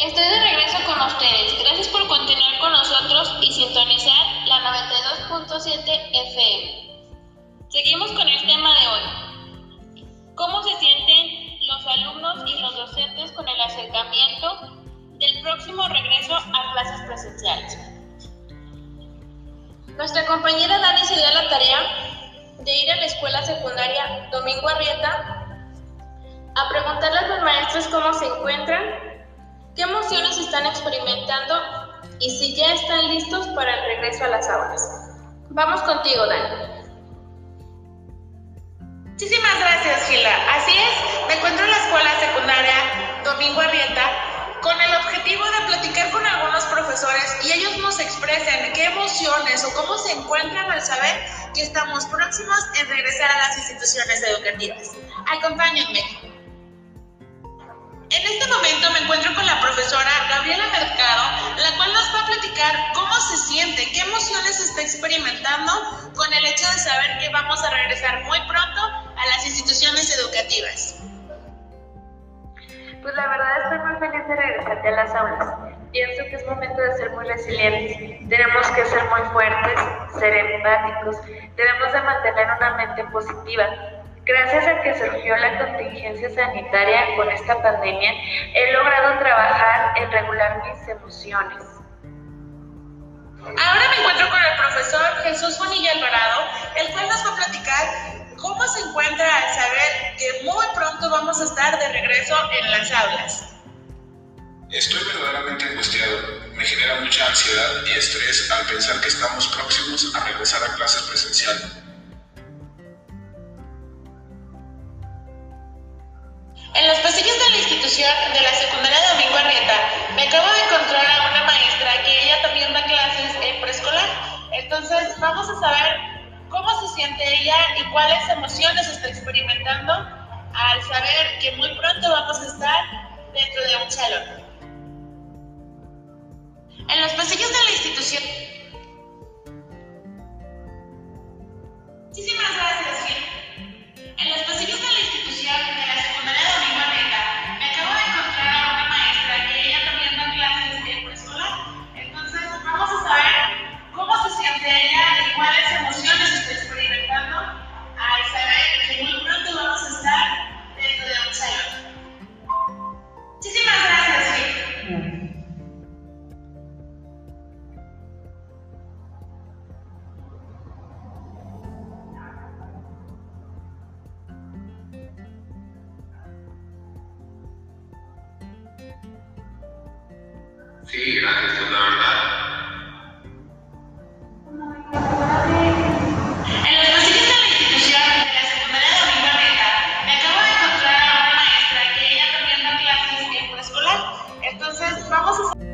Estoy de regreso con ustedes. Gracias por continuar con nosotros y sintonizar la 92.7 FM. Seguimos con el tema de hoy. ¿Cómo se sienten los alumnos y los docentes con el acercamiento del próximo regreso a clases presenciales? Nuestra compañera Dani se dio a la tarea de ir a la escuela secundaria Domingo Arrieta a preguntarle a los maestros cómo se encuentran, qué emociones están experimentando y si ya están listos para el regreso a las aulas. Vamos contigo, Dani. Muchísimas gracias, Gila. Así es, me encuentro en la escuela secundaria Domingo Arrieta con el objetivo de platicar con algunos profesores y ellos nos expresen qué emociones o cómo se encuentran al saber que estamos próximos en regresar a las instituciones educativas. Acompáñenme. En este momento me encuentro con la profesora Gabriela Mercado, la cual nos va a platicar cómo se siente, qué emociones está experimentando con el hecho de saber que vamos a regresar muy pronto a las instituciones educativas. Pues la verdad estoy muy feliz de regresar a las aulas. Pienso que es momento de ser muy resilientes. Tenemos que ser muy fuertes, ser empáticos. Debemos de mantener una mente positiva. Gracias a que surgió la contingencia sanitaria con esta pandemia, he logrado trabajar en regular mis emociones. Ahora me encuentro con el profesor Jesús Bonilla Alvarado, el cual nos va a platicar cómo se encuentra al saber que muy pronto vamos a estar de regreso en las aulas. Estoy verdaderamente angustiado. Me genera mucha ansiedad y estrés al pensar que estamos próximos a regresar a clases presenciales. En los pasillos de la institución de la secundaria Domingo Arrieta, me acabo de encontrar a una maestra que ella también da clases en preescolar. Entonces vamos a saber cómo se siente ella y cuáles emociones está experimentando al saber que muy pronto vamos a estar dentro de un salón. En los pasillos de la institución. Muchísimas gracias, Gil. En los pasillos de la institución de la secundaria Domingo Arrieta, me acabo de encontrar a una maestra que ella también da clases en preescolar. Entonces vamos a saber cómo se siente ella y cuáles emociones está experimentando al saber que muy pronto vamos a estar dentro de un salón. Muchísimas gracias, Gil. Sí, gracias, es la verdad. En los pasillos de la institución de la secundaria Domingo Arrieta, me acabo de encontrar a una maestra que ella también da clases en preescolar. Entonces vamos a